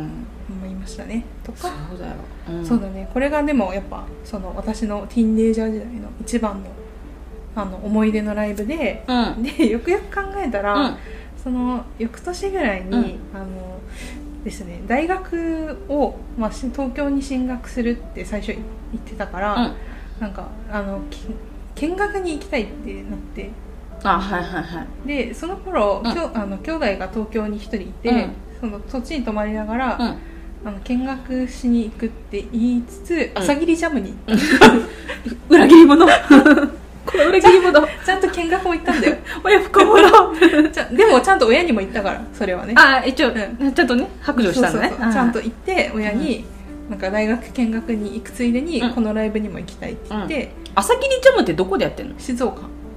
思いましたねとかそうだよ、うん、 そうだね。これがでもやっぱその私のティーンエイジャー時代の一番のあの思い出のライブで、うん、でよくよく考えたら、うん、その翌年ぐらいに、うん、あのですね大学を、まあ、東京に進学するって最初言ってたから、うん、なんかあの見学に行きたいってなって、 あはいはいはい、 でその頃、うん、きょあの兄弟が東京に一人いて、うん、その土地に泊まりながら、うん、あの見学しに行くって言いつつ、うん、朝霧ジャムに行った裏切り者この裏切り者ちゃんと見学も行ったんだよ親不可者ちゃでもちゃんと親にも言ったからそれはねあ一応、うん、ちゃんとね白状したんだね。 そうそうそうちゃんと行って親に、うん、なんか大学見学に行くついでに、うん、このライブにも行きたいって言って、 うん、朝霧ジャムってどこでやってんの？ 静岡。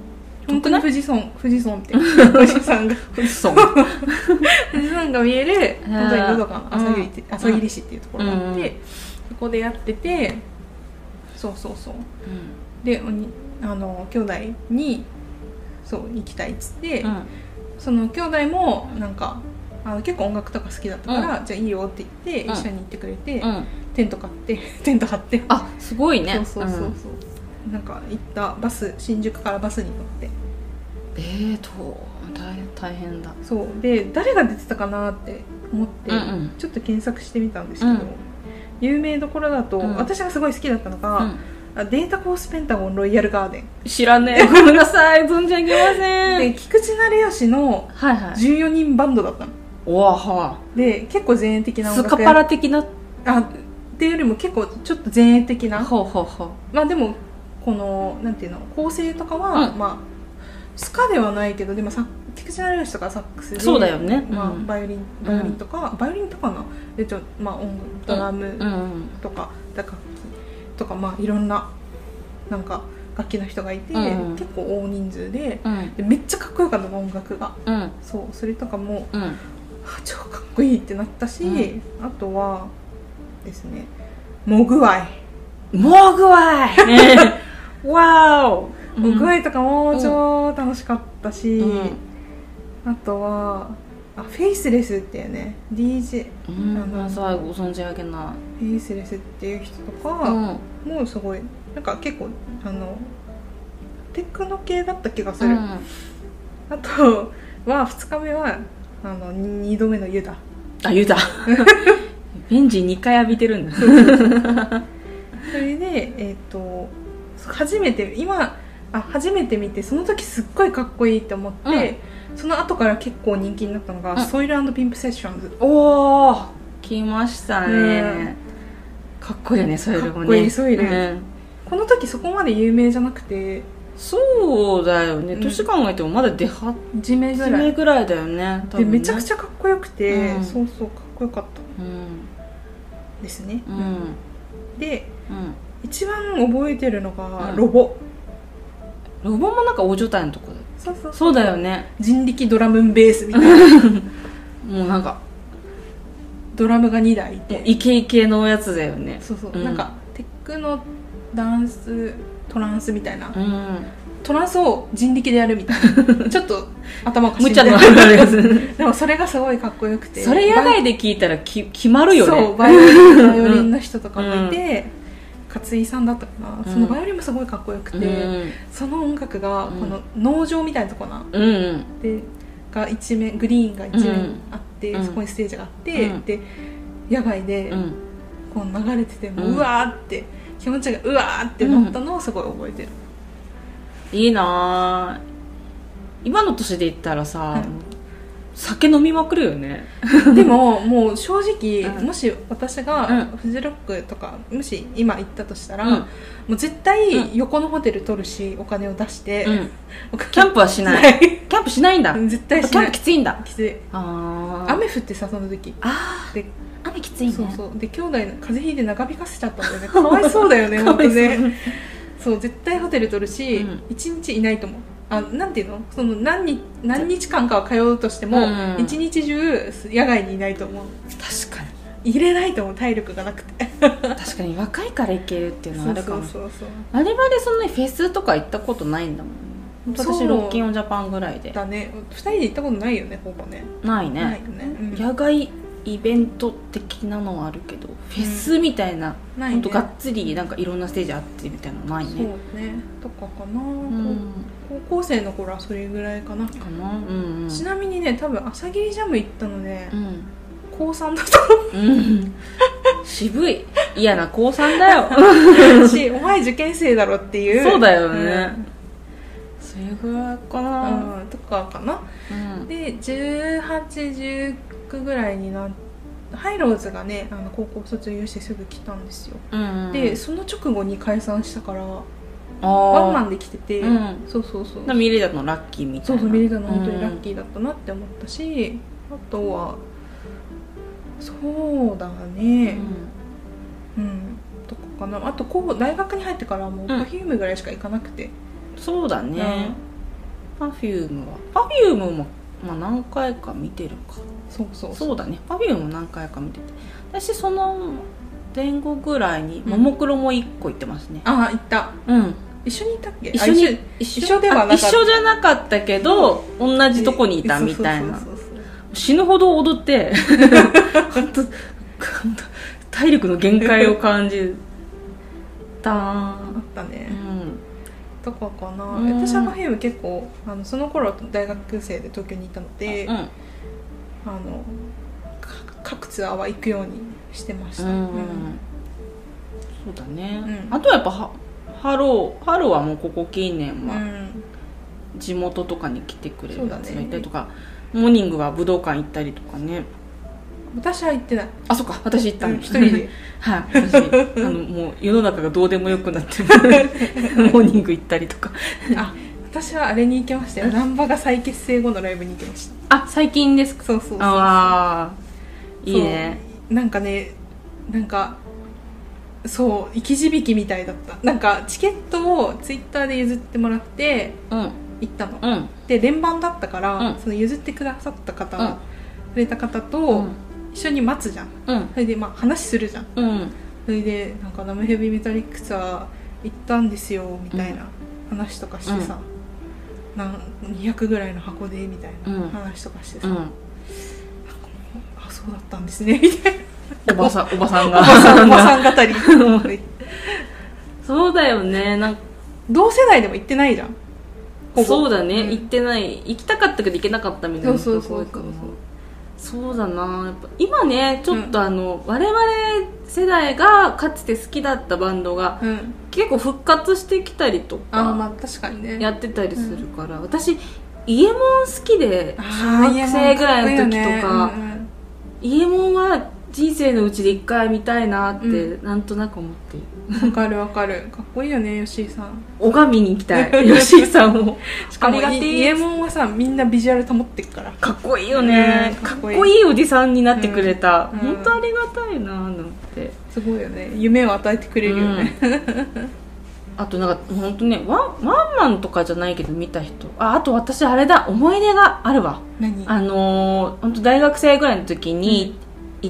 本当に富士山富士山って富士山が富士山富士山が見える本当にのどかな朝霧って、うん、朝霧市っていうところがあって、うん、そこでやっててそうそうそう、うん、であの兄弟にそう行きたいっつって、うん、その兄弟もなんかあの結構音楽とか好きだったから、うん、じゃあいいよって言って、うん、一緒に行ってくれて、うん、テント買ってテント張ってあすごいねそうそうそうそう、うん、なんか行ったバス新宿からバスに乗ってえーと大変大変だそうで誰が出てたかなって思って、うんうん、ちょっと検索してみたんですけど、うん、有名どころだと、うん、私がすごい好きだったのが、うんデータコースペンタゴンロイヤルガーデン知らねえごめんなさい存じ上げませんで菊池成吉のじゅうよにんバンドだったの、 はいはい、おわはで結構前衛的な音楽スカパラ的なあっていうよりも結構ちょっと前衛的なほうほうほうまあでもこのなんていうの構成とかは、うん、まあスカではないけどでもさ菊池成吉とかサックスでそうだよね、 まあ、バイオリンバイオリンとか、うん、バイオリンとかなでちょ、まあ、音楽ドラムとか、うんうん、だからとかまあいろんななんか楽器の人がいて、うん、結構大人数 で,、うん、でめっちゃかっこよかったの音楽が、うん、そうそれとかも、うん、超かっこいいってなったし、うん、あとはですねモグワイモグワイわおモグワイとかも超楽しかったし、うん、あとはあフェイスレスっていうね ディージェー、 うん、あのさご存じ上げないフェイスレスっていう人とか、うん、もうすごいなんか結構あのテクノ系だった気がする、うん、あとはふつかめはあのにどめのユダあユダベンジにかい浴びてるんだそれでえっ、ー、と初めて今あ初めて見てその時すっごいかっこいいって思って、うん、その後から結構人気になったのが、うん、ソイル&ピンプセッションズおー来ましたね、うん、かっこいいよねソイルもねかっこいいソイル、うんこの時そこまで有名じゃなくてそうだよね、うん、年考えてもまだ出始めぐらいぐらいだよ ね, ねでめちゃくちゃかっこよくて、うん、そうそうかっこよかった、うん、ですね、うん、で、うん、一番覚えてるのがロボ、 うん、ロボもなんか大所帯のとこだそうそうそうそうだよね人力ドラムンベースみたいなもうなんかドラムがにだいいてイケイケのやつだよねそうそう、うん、なんかテクノダンストランスみたいな、うん、トランスを人力でやるみたいなちょっと頭おかしいみたいなでもそれがすごいかっこよくてそれ野外で聞いたらき決まるよねそうバイオリンバイオリンの人とかもいて、うん、勝井さんだったかな、うん、そのバイオリンもすごいかっこよくて、うん、その音楽がこの農場みたいなとこな、うん、でが一面グリーンが一面あって、うん、そこにステージがあって、うん、で野外でこう流れててもう、うん、うわーって気持ちがうわーってなったのをすごい覚えてる、 うん、いいな今の年で言ったらさ、うん、酒飲みまくるよねでももう正直、うん、もし私がフジロックとかもし今行ったとしたら、うん、もう絶対横のホテル取るしお金を出して、うん、 キャンプはしないキャンプしないんだ絶対しないキャンプきついんだきついあ雨降ってさその時あで雨きついねそうそうで兄弟風邪ひいて長引かせちゃったんだよねかわいそうだよね本当ねそう絶対ホテル取るし、うん、いちにちいないと思うあなんていうのその 何, 日何日間かは通うとしても、うん、一日中野外にいないと思う確かに入れないと思う体力がなくて確かに若いから行けるっていうのはあるかもしれないあれまでそんなにフェスとか行ったことないんだもん私ロッキンオンジャパンぐらいでだねふたりで行ったことないよねほぼねないねないよね、うん、野外イベント的なのはあるけど、うん、フェスみたいな、うん、ほんとがっつりなんかいろんなステージあってみたいなのないねそうねとかかな、うん、高校生の頃はそれぐらいかなかな、うんうん、ちなみにね多分朝霧ジャム行ったので、うん、高さんだと思う、うん、 渋い嫌な高さんだよしお前受験生だろっていうそうだよね、うんそれぐらいかな、 うん、とかかな、うん、でじゅうはち、じゅうきゅうぐらいになハイローズがねあの高校卒業してすぐ来たんですよ、うんうん、でその直後に解散したからワンマンで来てて、うん、そうそうそうミリダのラッキーみたいなそうそうミリダの本当にラッキーだったなって思ったし、うん、あとはそうだねうん、うん、とかかなあとこう大学に入ってからもう Perfume ぐらいしか行かなくて、 そうだね、 パフュームはパフュームも、まあ、何回か見てるか。 そうそうそうだね、パフュームも何回か見てて、私その前後ぐらいにももクロもいっこ行ってますね。 うん、ああ行った。 うん、 一緒にいたっけ？ 一緒に一緒ではなかった。一緒じゃなかったけど、うん、同じとこにいたみたいな。死ぬほど踊って本当体力の限界を感じた。 あったね、うん、とかかな、 うん、 私はパフューム結構あのその頃大学生で東京にいたので、うん、あの各ツアーは行くようにしてました。うんうん、 そうだね、うん、あとはやっぱはハローハローはもうここ近年は地元とかに来てくれるやつがいたりとか、うんね、モーニングは武道館行ったりとかね。 私は行ってない。 あ、そっか、私行ったの、 うん、一人ではい、私あのもう世の中がどうでもよくなってモーニング行ったりとか。 あ、私はあれに行きましたよ。ナンバが再結成後のライブに行きました。 あ、最近ですか？ そうそうそうそう。 あー、いいね。 なんかね、なんかそう生き字引みたいだった。なんかチケットをツイッターで譲ってもらって行ったの、うん、で連番だったから、うん、その譲ってくださった方、うん、くれた方と、うん一緒に待つじゃん、うん、それでまあ話するじゃん、うん、それでなんかナムヘビメタリックスは行ったんですよみたいな話とかしてさ、うん、なんにひゃくぐらいの箱でみたいな話とかしてさ、うん、なんかもうあそうだったんですねみたいなおばさんおばさんがおばさんおばさん語りそうだよね。なんか同世代でも行ってないじゃん。 そうだね、うん、行ってない。行きたかったけど行けなかったみたいな人が多いかも。 そうそうそうそうそうだな。やっぱ今ねちょっとあの、うん、我々世代がかつて好きだったバンドが、うん、結構復活してきたりとか、 あ、まあ確かにねやってたりするから、うん、私イエモン好きで小学生ぐらいの時とか、イエモンは人生のうちで一回見たいなって、うん、なんとなく思っている。 わかるわかる。かっこいいよね吉井さん。 拝みに行きたい吉井さんを。 しかもイエモンはさみんなビジュアル保ってっからかっこいいよね、うん、かっこいい、かっこいいおじさんになってくれた、うん、本当ありがたいなと思って。 すごいよね、夢を与えてくれるよね、うん、 あとなんか本当ねワン、ワンマンとかじゃないけど見た人、あ、あと私あれだ、思い出があるわ。 何？ あのー、本当大学生ぐらいの時に行った、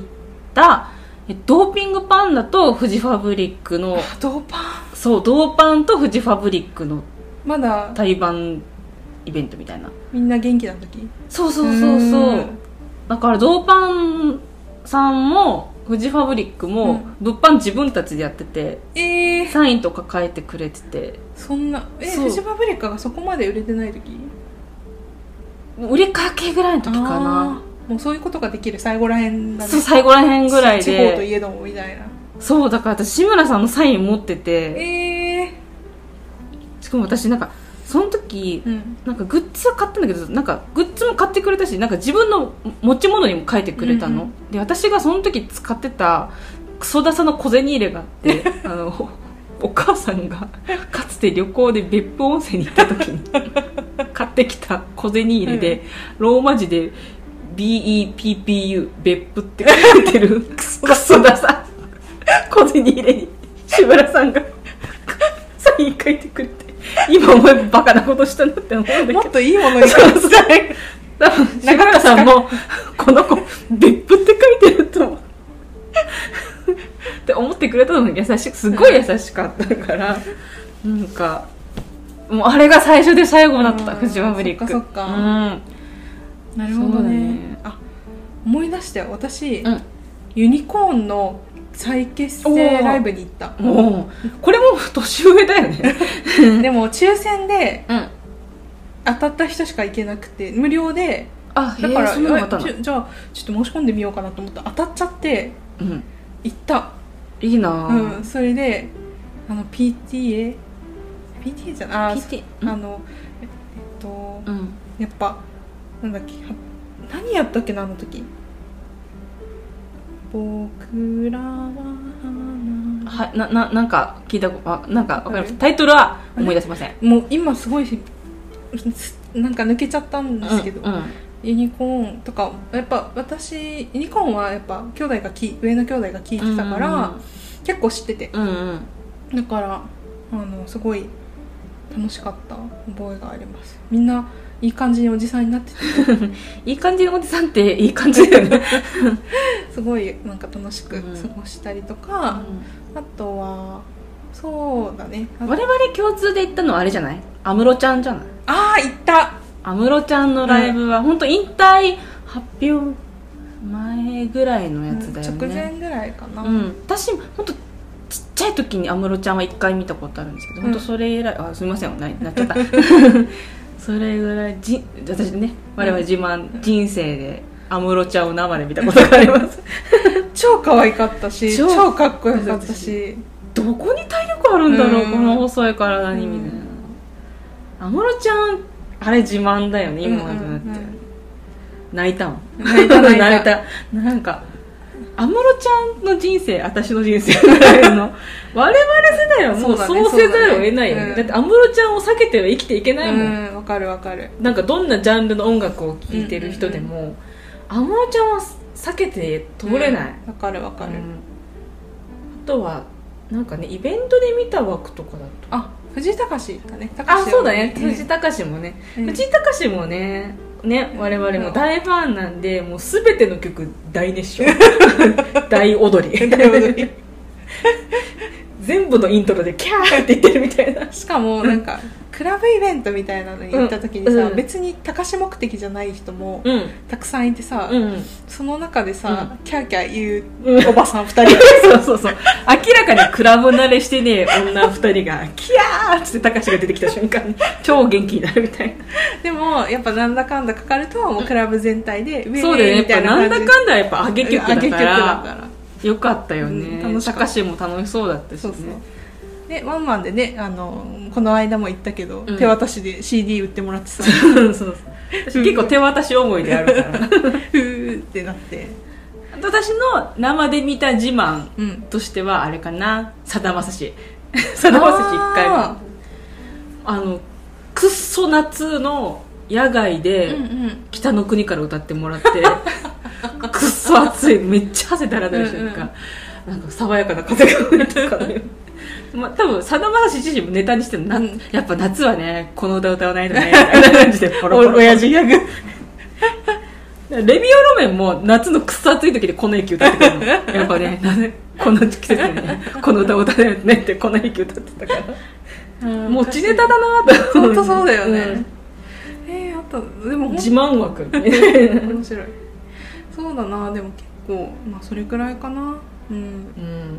うん、ドーピングパンダとフジファブリックのドーパンそうドーパンとフジファブリックのまだ対バンイベントみたいな。 みんな元気な時。 そうそうそうそう。だからドーパンさんもフジファブリックも物販自分たちでやってて、うん、えー、サインとか書いてくれてて。 そんなえフジファブリックがそこまで売れてない時、 売りかけぐらいの時かな。 もうそういうことができる最後らへんだね。 そう最後らへんぐらいで地方といえどもみたいな。 そうだから私志村さんのサイン持ってて、 えー、しかも私なんかその時、うん、なんかグッズは買ったんだけど、なんかグッズも買ってくれたし、なんか自分の持ち物にも書いてくれたの、うんうん、で私がその時使ってたクソダサの小銭入れがあってあのお母さんがかつて旅行で別府温泉に行った時に買ってきた小銭入れで、うん、ローマ字で ビーイーピーピーユー 別府って書いてるクソダサ小銭入れに志村さんがサイン書いてくれて、今思えばバカなことしたなって思うんだけど、 もっといいものにください。 多分志村さんもこの子別府って書いてると思うって思ってくれたのに優しく、すごい優しかったから、なんかもうあれが最初で最後だった、フジファブリック。 そっかそっか、 うん、 なるほど ね, ね。あ、思い出したよ私、うん、ユニコーンの再結成ライブに行った。 おお、これも年上だよねでも抽選で当たった人しか行けなくて無料で、 あ、 だからそんなのあったの。 じゃあちょっと申し込んでみようかなと思ったら当たっちゃって、うん、行った。 いいな、 うん、それであの ピーティーエー ピーティーエー じゃない、あ、 ピーティー、 あのえっと、 うん、 やっぱなんだっけ、何やったっけなあの時、僕らははなななんか聞いたことあ、なんかわかります。タイトルは思い出せません。 もう今すごいなんか抜けちゃったんですけど、うんうん、ユニコーンとかやっぱ私ユニコーンはやっぱ兄弟がき上の兄弟が聴いてたから、うんうんうん、結構知ってて、 うんうん、 だからあのすごい楽しかった覚えがあります。みんないい感じにおじさんになってていい感じのおじさんっていい感じだよねすごいなんか楽しく過ごしたりとか、うん、あとはそうだね、 我々共通で行ったのはあれじゃない、安室ちゃんじゃない。 ああ行った。 安室ちゃんのライブは、うん、本当引退発表前ぐらいのやつだよね、 うん、直前ぐらいかな、 うん、私本当ちっちゃい時に安室ちゃんはいっかい見たことあるんですけど、うん、本当それ以来、あすみませんななっちゃったそれぐらいじ私ね我々自慢、うん、人生で安室ちゃんを生で見たことがあります超可愛かったし 超, 超かっこよかったし、 どこに体力あるんだろう、うん、この細い体にみたいな。安室ちゃんあれ自慢だよね今までだって、うんうんうん、泣いたもん泣いた泣いた泣いた。なんか安室ちゃんの人生私の人生ぐらいの我々世代はもうそうせざるを得ないよね。 だ, ね、うん、だって安室ちゃんを避けては生きていけないもん。 わ、うん、かるわかる。 なんかどんなジャンルの音楽を聴いてる人でも、うんうんうん、安室ちゃんは避けて通れない。わ、 うん、かるわかる、うん、 あとはなんかねイベントで見た枠とかだとあ藤井隆だね。 あそうだね、藤井隆もね、うん、藤井隆もねね、我々も大ファンなんで、もう全ての曲大熱唱大踊り大踊り全部のイントロでキャーって言ってるみたいな。 しかもなんかクラブイベントみたいなのに行った時にさ、うん、別に高し目的じゃない人もたくさんいてさ、うん、その中でさ、うん、キャーキャー言うおばさんふたりそうそうそう、明らかにクラブ慣れしてね女ふたりがキャーって高しが出てきた瞬間に超元気になるみたいな。 でもやっぱなんだかんだかかるともうクラブ全体でウェーそうだよね、やっぱなんだかんだやっぱ上げ曲だから上げ曲だからよかったよね、 うん、 高しも楽しそうだったしね。 そうそうでワンマンでね、あのこの間も言ったけど、うん、手渡しで シーディー 売ってもらってさそうそう私結構手渡し思いであるからふーってなって。 私の生で見た自慢としてはあれかな、さだまさしさだまさしいっかいもあのくっそ夏の野外で北の国から歌ってもらって、うんうん、くっそ暑いめっちゃ汗だらだらしてるから、うんうん、なんか爽やかな風が吹いたからよまあ、多分さだまさし自身もネタにしてもな、うん、やっぱ夏はねこの歌歌わないとねみたいな感じでポロポロ親父ギャグレビオロメンも夏のくっそ暑い時でこの息歌ってたのやっぱねこの季節にねこの歌歌わないとねってこの息歌ってたから、うん、もう地ネタだなと本当そうだよね、うん、えー、あとでも自慢枠面白い。そうだな、でも結構まあそれくらいかな、うんうん、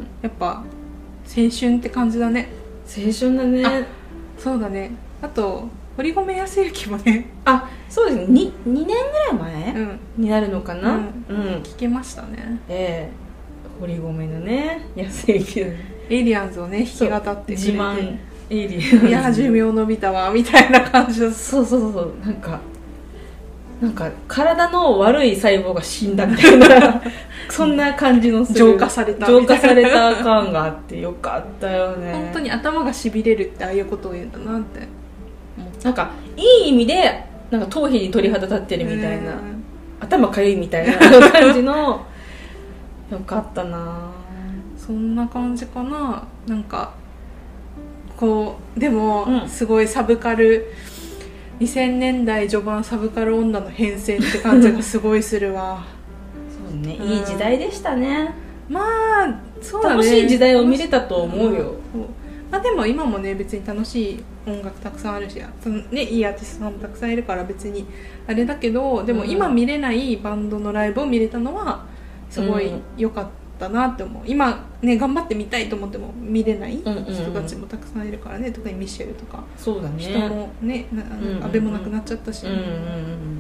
やっぱ青春って感じだね。 青春だね。 そうだね。あと堀米康之もね、 あそうですね、 に, にねんぐらい前、うん、になるのかな、うんうん、聞けましたね。 ええー、堀米のね康之エイリアンズをね弾き語ってくれて自慢エイリアンズいや寿命伸びたわみたいな感じのそうそうそうそう、なんかなんか体の悪い細胞が死んだみたいなそんな感じの浄化された浄化された感があってよかったよね。 本当に頭がしびれるってああいうことを言うんだなって思った。なんかいい意味でなんか頭皮に鳥肌立ってるみたいな、頭かゆいみたいな感じのよかったな。 そんな感じかな。なんかこうでも、うん、すごいサブカルにせんねんだい序盤サブカル女の変遷って感じがすごいするわそうね、いい時代でしたね。 まあそうだね、 楽しい時代を見れたと思うよ、 うん、まあ、でも今もね別に楽しい音楽たくさんあるし、その、ね、いいアーティストさんもたくさんいるから別にあれだけど、でも今見れないバンドのライブを見れたのはすごい良かったなって思う。今ね頑張って見たいと思っても見れない人たちもたくさんいるからね、特にミシェルとかそうだね、 人もね、安倍もなくなっちゃったし、うんうんうん、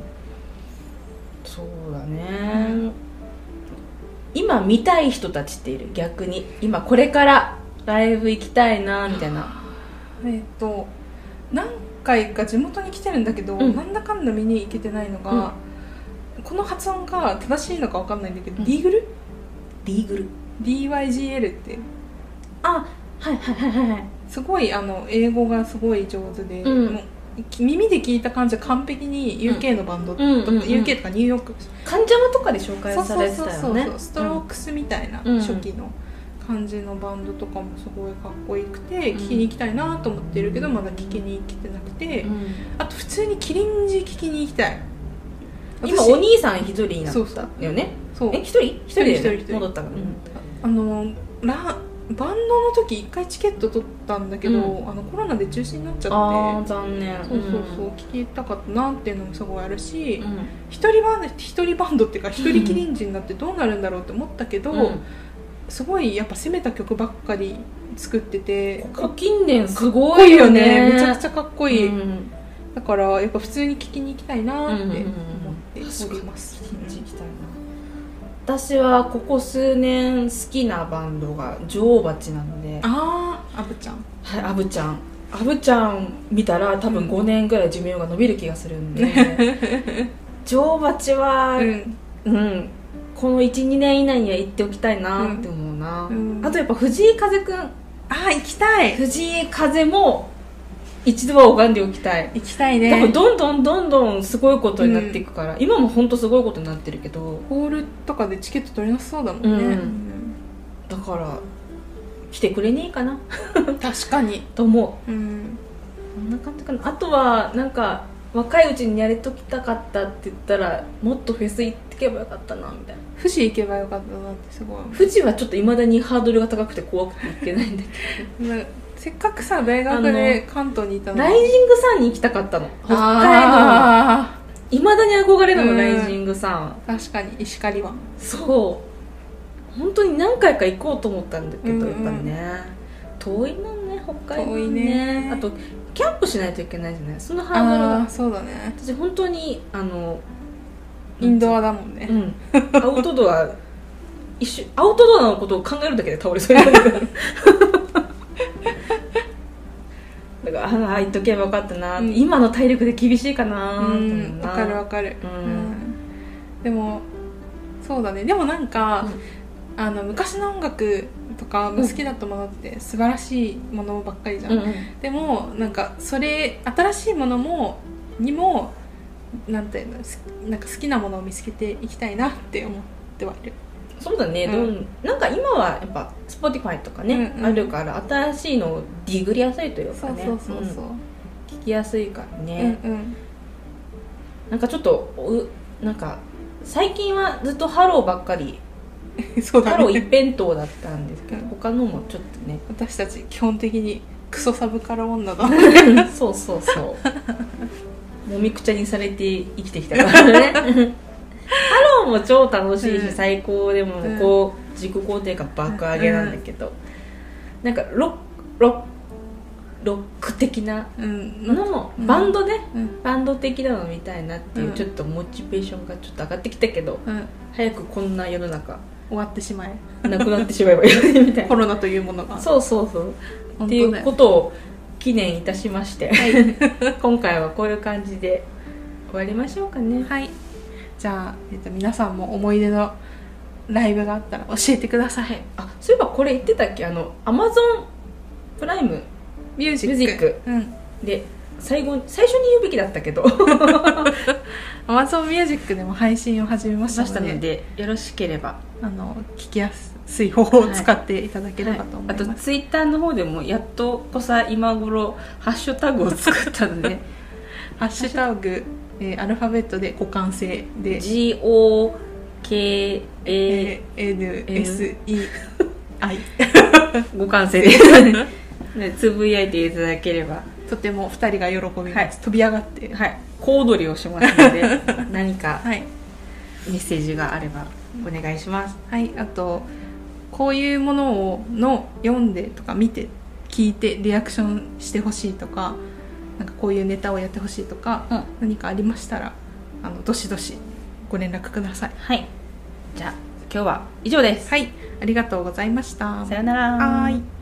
そうだね、うん、今見たい人たちっている。逆に今これからライブ行きたいなみたいな。 えっと何回か地元に来てるんだけど、うん、なんだかんだ見に行けてないのが、うん、この発音が正しいのか分かんないんだけど、うん、ディーグルディーグルディーワイジーエル って、 あ、はいはいはいはい、 すごいあの英語がすごい上手で、うん、もう耳で聞いた感じは完璧に ユーケー のバンドとか、うんうんうんうん、ユーケー とかニューヨーク関ジャムとかで紹介されてたよね。 そうそうそうそう、ストロークスみたいな初期の感じのバンドとかもすごいかっこよくて聴きに行きたいなと思ってるけど、まだ聴きに行けてなくて、うん、あと普通にキリンジ聴きに行きたい。 今お兄さん一人になったよね。 そうえ一人一人で戻ったから、 うん、あのラバンドの時一回チケット取ったんだけど、うん、あのコロナで中止になっちゃって、 あ残念。 そうそうそう、うん、聞きたかったなっていうのもすごいあるし、うん、一人バンド一人バンドっていうか一人キリンジになってどうなるんだろうって思ったけど、うん、すごいやっぱ攻めた曲ばっかり作ってて、 ここ近年すごいよね。 めちゃくちゃかっこいい、うん、だからやっぱ普通に聴きに行きたいなって思っております。 キリンジ行きたいな。私はここ数年好きなバンドが女王蜂なので、 ああ、アブちゃん、 はい、アブちゃんアブちゃん見たら多分ごねんぐらい寿命が伸びる気がするんで、うん、女王蜂は、うんうん、この いちにねん以内には行っておきたいなって思うな、うんうん、あとやっぱ藤井風くん、ああ行きたい。 藤井風も一度は拝んでおきたい。 行きたいね。 多分どんどんどんどんすごいことになっていくから、うん、今も本当すごいことになってるけど、 ホールとかでチケット取りなさそうだもんね、うん、 だから来てくれねえかな確かにと思う、うん、こんな感じかな。あとはなんか若いうちにやれときたかったって言ったら、もっとフェス行ってけばよかったなみたいな。 富士行けばよかったなってすごい。 富士はちょっといまだにハードルが高くて怖くて行けないんだけどせっかくさ大学で関東にいたの、 ライジングサンに行きたかったの。北海道いまだに憧れなの、ライジングサン。 確かに石狩はそう本当に何回か行こうと思ったんだけど、うんうん、やっぱね遠いのね、北海道ね。遠いね。あとキャンプしないといけないじゃない、そのハードルが。 あそうだね。 私本当にあのインドアだもんね、 うん、アウトドア一瞬アウトドアのことを考えるだけで倒れそうになるからだからああ言っとけばよかったな、うん、今の体力で厳しいかな。 うん、わかるわかる、うんうん、でもそうだね。でもなんか、うん、あの昔の音楽とか好きだったものって素晴らしいものばっかりじゃん、うんうん、でもなんかそれ新しいものもにもなんていうの、なんか好きなものを見つけていきたいなって思ってはいる。 そうだね、うん、なんか今はやっぱ Spotify とかね、うんうん、あるから新しいのをディグりやすいというかね、 そうそうそうそう、うん、 聞きやすいからね、うんうん、なんかちょっとなんか最近はずっとハローばっかりそうだね、ハロー一辺倒だったんですけど、うん、他のもちょっとね、 私たち基本的にクソサブカル女だそうそうそうもみくちゃにされて生きてきたからねハローも超楽しいし、うん、最高でもこう、うん、自己肯定感爆上げなんだけど、うん、なんかロッロロック的なのも、うん、バンドね、うん、バンド的なの見たいなっていう、うん、ちょっとモチベーションがちょっと上がってきたけど、うん、早くこんな世の中終わってしまえなくなってしまえばいいみたいなコロナというものがそうそうそうっていうことを記念いたしまして、はい、今回はこういう感じで終わりましょうかね。 はい、じゃあ、えっと、皆さんも思い出のライブがあったら教えてください。 あ、そういえばこれ言ってたっけ、あの Amazon プライムミュージック、ミュージック、 うん、で最後最初に言うべきだったけど Amazon ミュージックでも配信を始めましたの で, のでよろしければあの聞きやすい方法を使っていただければと思います、 はいはい、あとツイッターの方でもやっとこさ今頃ハッシュタグを作ったのでハッシュタグ、えー、アルファベットで互換性でジーオーケーエーエヌエスイーアイ互換性でね、つぶやいていただければとてもふたりが喜びます、はい、飛び上がって、 はい、小躍りをしますので何かメッセージがあればお願いします。 はい、あとこういうものをの読んでとか見て聞いてリアクションしてほしいとか、なんかこういうネタをやってほしいとか、うん、何かありましたらあのどしどしご連絡ください。 はい、じゃあ今日は以上です。 はい、ありがとうございました。 さよなら。 はい。